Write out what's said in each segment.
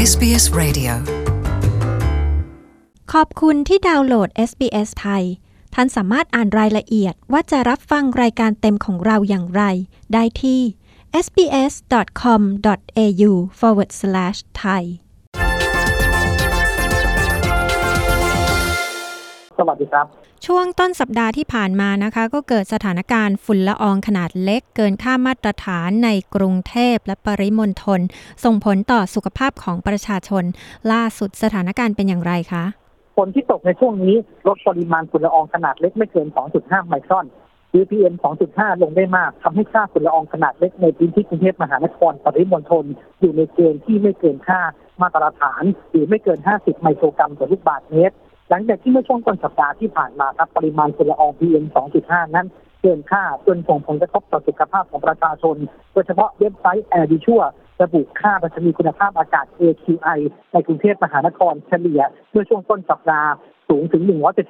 SBS Radio ขอบคุณที่ดาวน์โหลด SBS ไทยท่านสามารถอ่านรายละเอียดว่าจะรับฟังรายการเต็มของเราอย่างไรได้ที่ sbs.com.au/thai สวัสดีครับช่วงต้นสัปดาห์ที่ผ่านมานะคะก็เกิดสถานการณ์ฝุ่นละอองขนาดเล็กเกินค่ามาตรฐานในกรุงเทพและปริมณฑลส่งผลต่อสุขภาพของประชาชนล่าสุดสถานการณ์เป็นอย่างไรคะฝนที่ตกในช่วงนี้ลดปริมาณฝุ่นละอองขนาดเล็กไม่เกิน 2.5 ไมครอนหรือ PM 2.5 ลงได้มากทำให้ค่าฝุ่นละอองขนาดเล็กในพื้นที่กรุงเทพมหานครปริมณฑลอยู่ในเกณฑ์ที่ไม่เกินค่ามาตรฐานหรือไม่เกิน 50 ไมโครกรัมต่อลูกบาศก์เมตรหลังจากที่เมื่อช่วงต้นสัปดาห์ที่ผ่านมาครับปริมาณฝุ่นละออง PM 2.5 นั้นเกินค่าจนส่งผลกระทบต่อสุขภาพของประชาชนโดยเฉพาะเว็บไซต์ Air Visual ระบุค่าดัชนีคุณภาพอากาศ AQI ในกรุงเทพมหานครเฉลี่ยเมื่อช่วงต้นสัปดาห์สูงถึง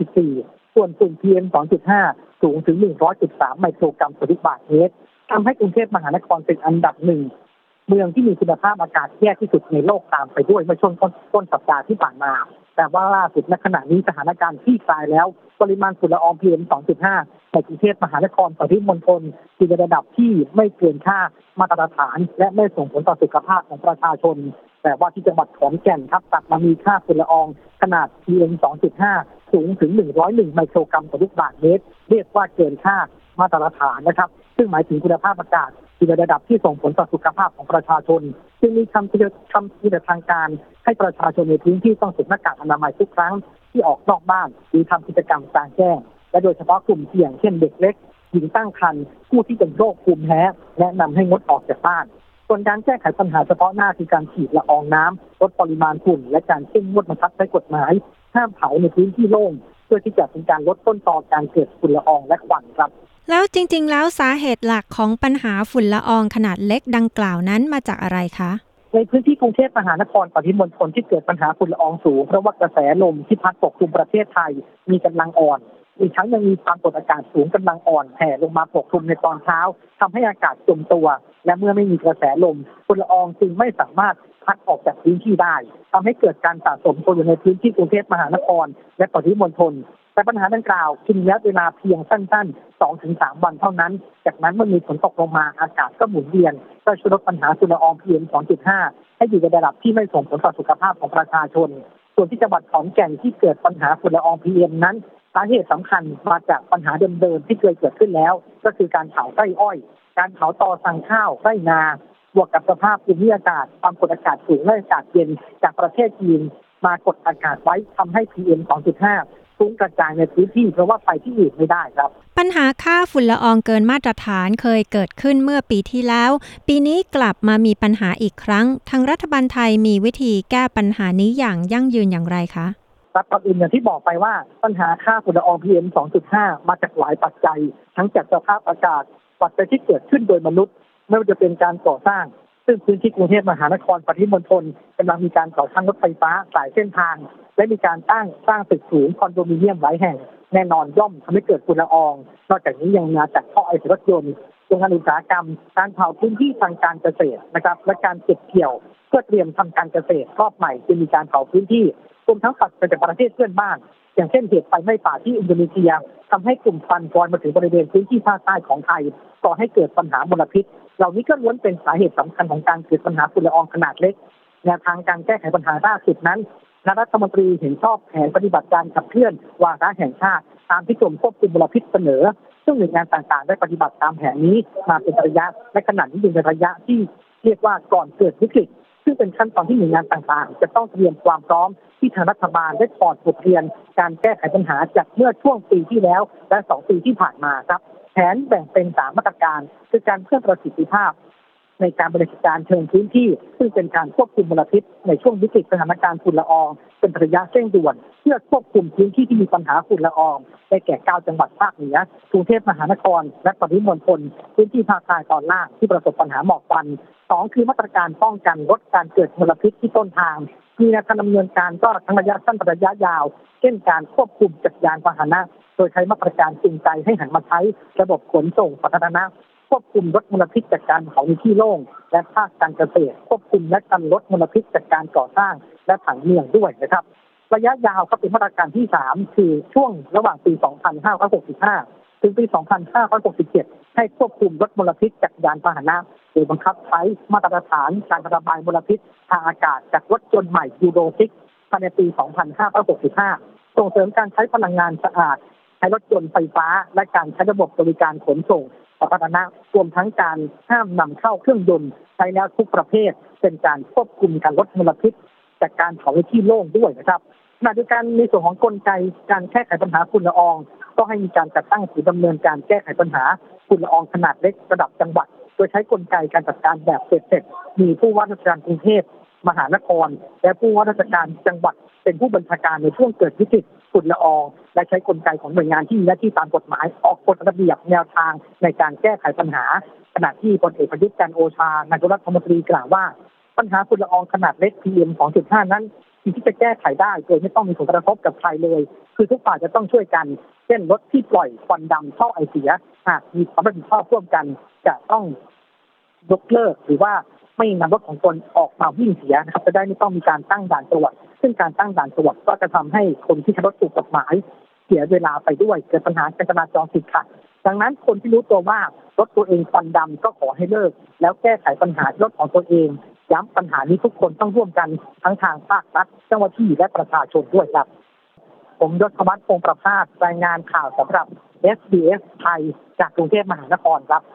174ส่วนฝุ่น PM 2.5 สูงถึง113 ไมโครกรัมต่อลูกบาศก์เมตรทำให้กรุงเทพมหานครเป็นอันดับหนึ่งเมืองที่มีคุณภาพอากาศแย่ที่สุดในโลกตามไปด้วยเมื่อช่วงต้นสัปดาห์ที่ผ่านมาแต่ว่าล่าสุดณขณะนี้สถานการณ์คลี่คลายแล้วปริมาณฝุ่นละออง PM 2.5 ในกรุงเทพมหานครปริมณฑลอยู่ในระดับที่ไม่เกินค่ามาตรฐานและไม่ส่งผลต่อสุขภาพของประชาชนแต่ว่าที่จังหวัดขอนแก่นครับกลับมามีค่าฝุ่นละอองขนาด PM 2.5 สูงถึง101ไมโครกรัมต่อลูกบาศก์เมตรเรียกว่าเกินค่ามาตรฐานนะครับซึ่งหมายถึงคุณภาพอากาศอยู่ในระดับที่ส่งผลต่อสุขภาพของประชาชนจึงมีคำเตือนทางการให้ประชาชนในพื้นที่ต้องสวมหน้ากากอนามัยทุกครั้งที่ออกนอกบ้านหรือทำกิจกรรมกลางแจ้งและโดยเฉพาะกลุ่มเสี่ยงเช่นเด็กเล็กหญิงตั้งครรภ์ผู้ที่เป็นโรคภูมิแพ้แนะนำให้งดออกจากบ้านส่วนการแก้ไขปัญหาเฉพาะหน้าคือการฉีดละอองน้ำลดปริมาณฝุ่นและการเข้มงวดบังคับใช้กฎหมายห้ามเผาในพื้นที่โล่งเพื่อที่จะเป็นการลดต้นตอการเกิดฝุ่นละอองและควันครับแล้วจริงๆแล้วสาเหตุหลักของปัญหาฝุ่นละอองขนาดเล็กดังกล่าวนั้นมาจากอะไรคะในพื้นที่กรุงเทพมหานครปริมณฑลที่เกิดปัญหาฝุ่นละอองสูงเพราะว่ากระแสลมที่พัดปกคลุมประเทศไทยมีกำลังอ่อนอีกทั้งยังมีความกดอากาศสูงกำลังอ่อนแผ่ลงมาปกคลุมในตอนเช้าทำให้อากาศจมตัวและเมื่อไม่มีกระแสลมฝุ่นละอองจึงไม่สามารถพัดออกจากพื้นที่ได้ทำให้เกิดการสะสมตัวอยู่ในพื้นที่กรุงเทพมหานครและปริมณฑลแต่ปัญหาดังกล่าวกินระยะเวลาเพียงสั้นๆ 2-3 วันเท่านั้นจากนั้นเมื่อมีฝนตกลงมาอากาศก็หมุนเวียนก็ช่วยลดปัญหาฝุ่นละออง PM 2.5 ให้อยู่ในระดับที่ไม่ส่งผลต่อสุขภาพของประชาชนส่วนที่จังหวัดขอนแก่นที่เกิดปัญหาฝุ่นละออง PM นั้นสาเหตุสำคัญมาจากปัญหาเดิมๆที่เคยเกิดขึ้นแล้วก็คือการเผาไร่อ้อยการเผาตอสั่งข้าวไร่นาบวกกับสภาพภูมิอากาศความกดอากาศสูงและอากาศเย็นจากประเทศจีนมากดอากาศไว้ทำให้ PM 2.5 ฟุ้งกระจายในพื้นที่เพราะว่าไปที่อื่นไม่ได้ครับปัญหาค่าฝุ่นละอองเกินมาตรฐานเคยเกิดขึ้นเมื่อปีที่แล้วปีนี้กลับมามีปัญหาอีกครั้งทางรัฐบาลไทยมีวิธีแก้ปัญหานี้อย่างยั่งยืนอย่างไรคะก่อนอื่นอย่างที่บอกไปว่าปัญหาค่าฝุ่นละออง PM 2.5 มาจากหลายปัจจัยทั้งจากสภาพอากาศปัจจัยที่เกิดขึ้นโดยมนุษย์ไม่ว่าจะเป็นการก่อสร้างซึ่งพื้นที่กรุงเทพมหานครปริมณฑลกำลังมีการก่อสร้างรถไฟฟ้าหลายเส้นทางและมีการสร้างตึกสูงคอนโดมิเนียมหลายแห่งแน่นอนย่อมทำให้เกิดฝุ่นละอองนอกจากนี้ยังมาจากท่อไอเสียรถยนต์โรงงานอุตสาหกรรมการเผาพื้นที่ทางการเกษตรนะครับและการเก็บเกี่ยวเพื่อเตรียมทำการเกษตรรอบใหม่จะมีการเผาพื้นที่รวมทั้งปัจจัยจากประเทศเพื่อนบ้านอย่างเช่นเหตุไฟไหม้ป่าที่อินโดนีเซียทำให้กลุ่มควันลอยมาถึงบริเวณพื้นที่ภาคใต้ของไทยก่อให้เกิดปัญหามลพิษเหล่านี้ก็ล้วนเป็นสาเหตุสำคัญของการเกิดปัญหาฝุ่นละอองขนาดเล็กแนวทางการแก้ไขปัญหาล่าสุดนั้นคณะรัฐมนตรีเห็นชอบแผนปฏิบัติการขับเคลื่อนวาระแห่งชาติตามที่กรมควบคุมมลพิษเสนอซึ่งหน่วยงานต่างๆได้ปฏิบัติตามแผนนี้มาเป็นระยะและขณะนี้อยู่ในระยะที่เรียกว่าก่อนเกิดวิกฤตซึ่งเป็นขั้นตอนที่หน่วยงานต่างๆจะต้องเตรียมความพร้อมที่ทางรัฐบาลได้ถอดบทเรียนการแก้ไขปัญหาจากเมื่อช่วงปีที่แล้วและ2 ปีที่ผ่านมาครับแผนแบ่งเป็น3 มาตรการคือการเพิ่มประสิทธิภาพในการบริหารการเชิงพื้นที่ซึ่งเป็นการควบคุมมลพิษในช่วงวิกฤตสถานการณ์ฝุ่นละอองเป็นระยะเร่งด่วนเพื่อควบคุมพื้นที่ที่มีปัญหาฝุ่นละอองได้แก่9 จังหวัดภาคเหนือกรุงเทพมหานครและปริมณฑลพื้นที่ภาคใต้ตอนล่างที่ประสบปัญหาหมอกควัน2คือมาตรการป้องกันลดการเกิดมลพิษที่ต้นทางมีแนวทางดำเนินการก็ทั้งระยะสั้นระยะยาวเช่นการควบคุมจักรยานพาหนะโดยใช้มาตรการจูงใจให้หันมาใช้ระบบขนส่งสาธารณะควบคุมลดมลพิษจากการเผาในที่โล่งและภาคการเกษตรควบคุมและกันลดมลพิษจากการก่อสร้างและผังเมืองด้วยนะครับระยะยาวครับเป็นมาตรการที่3คือช่วงระหว่างปี 2565 ถึงปี 2567 ให้ควบคุมลดมลพิษจากยานพาหนะโดยบังคับใช้มาตรฐานการระบายมลพิษทางอากาศจากรถยนต์ใหม่ยูโร 6 ภายในปี 2565 ส่งเสริมการใช้พลังงานสะอาดใช้รถยนต์ไฟฟ้าและการใช้ระบบบริการขนส่งสาธารณะรวมทั้งการห้ามนำเข้าเครื่องยนต์ใช้แล้วทุกประเภทเป็นการควบคุมการลดมลพิษจากการเผาในที่โล่งด้วยนะครับขณะเดียวกันในส่วนของกลไกการแก้ไขปัญหาฝุ่นละอองก็ให้มีการจัดตั้งศูนย์ดำเนินการแก้ไขปัญหาฝุ่นละอองขนาดเล็กระดับจังหวัดโดยใช้กลไกการจัดการแบบเสร็จมีผู้ว่าราชการกรุงเทพมหานครและผู้ว่าราชการจังหวัดเป็นผู้บัญชาการในช่วงเกิดวิกฤตฝุ่นละอองและใช้กลไกของหน่วยงานที่มีหน้าที่ตามกฎหมายออกกฎระเบียบแนวทางในการแก้ไขปัญหาขณะที่พลเอกประยุทธ์จันทร์โอชานายกรัฐมนตรีกล่าวว่าปัญหาฝุ่นละอองขนาดเล็ก PM 2.5 นั้นที่จะแก้ไขได้โดยไม่ต้องมีผลกระทบกับใครเลยคือทุกฝ่ายจะต้องช่วยกันเช่นรถที่ปล่อยควันดำท่อไอเสียหากมีความรับผิดชอบร่วมกันจะต้องยกเลิกหรือว่าไม่นำรถของตนออกมาวิ่งเสียนะครับจะได้ไม่ต้องมีการตั้งด่านตรวจซึ่งการตั้งด่านตรวจก็จะทำให้คนที่ใช้รถถูกกฎหมายเสียเวลาไปด้วยเกิดปัญหาการจราจรติดขัดดังนั้นคนที่รู้ตัวว่ารถตัวเองควันดำก็ขอให้เลิกแล้วแก้ไขปัญหารถของตัวเองย้ำปัญหานี้ทุกคนต้องร่วมกันทั้งทางภาครัฐเจ้าหน้าที่และประชาชนด้วยครับผมยศวัฒน์ พงษ์ประภาสรายงานข่าวสำหรับ SBS ไทยจากกรุงเทพมหานครครับ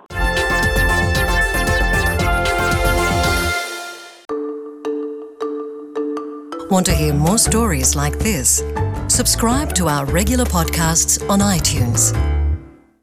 Want to hear more stories like this? Subscribe to our regular podcasts on iTunes.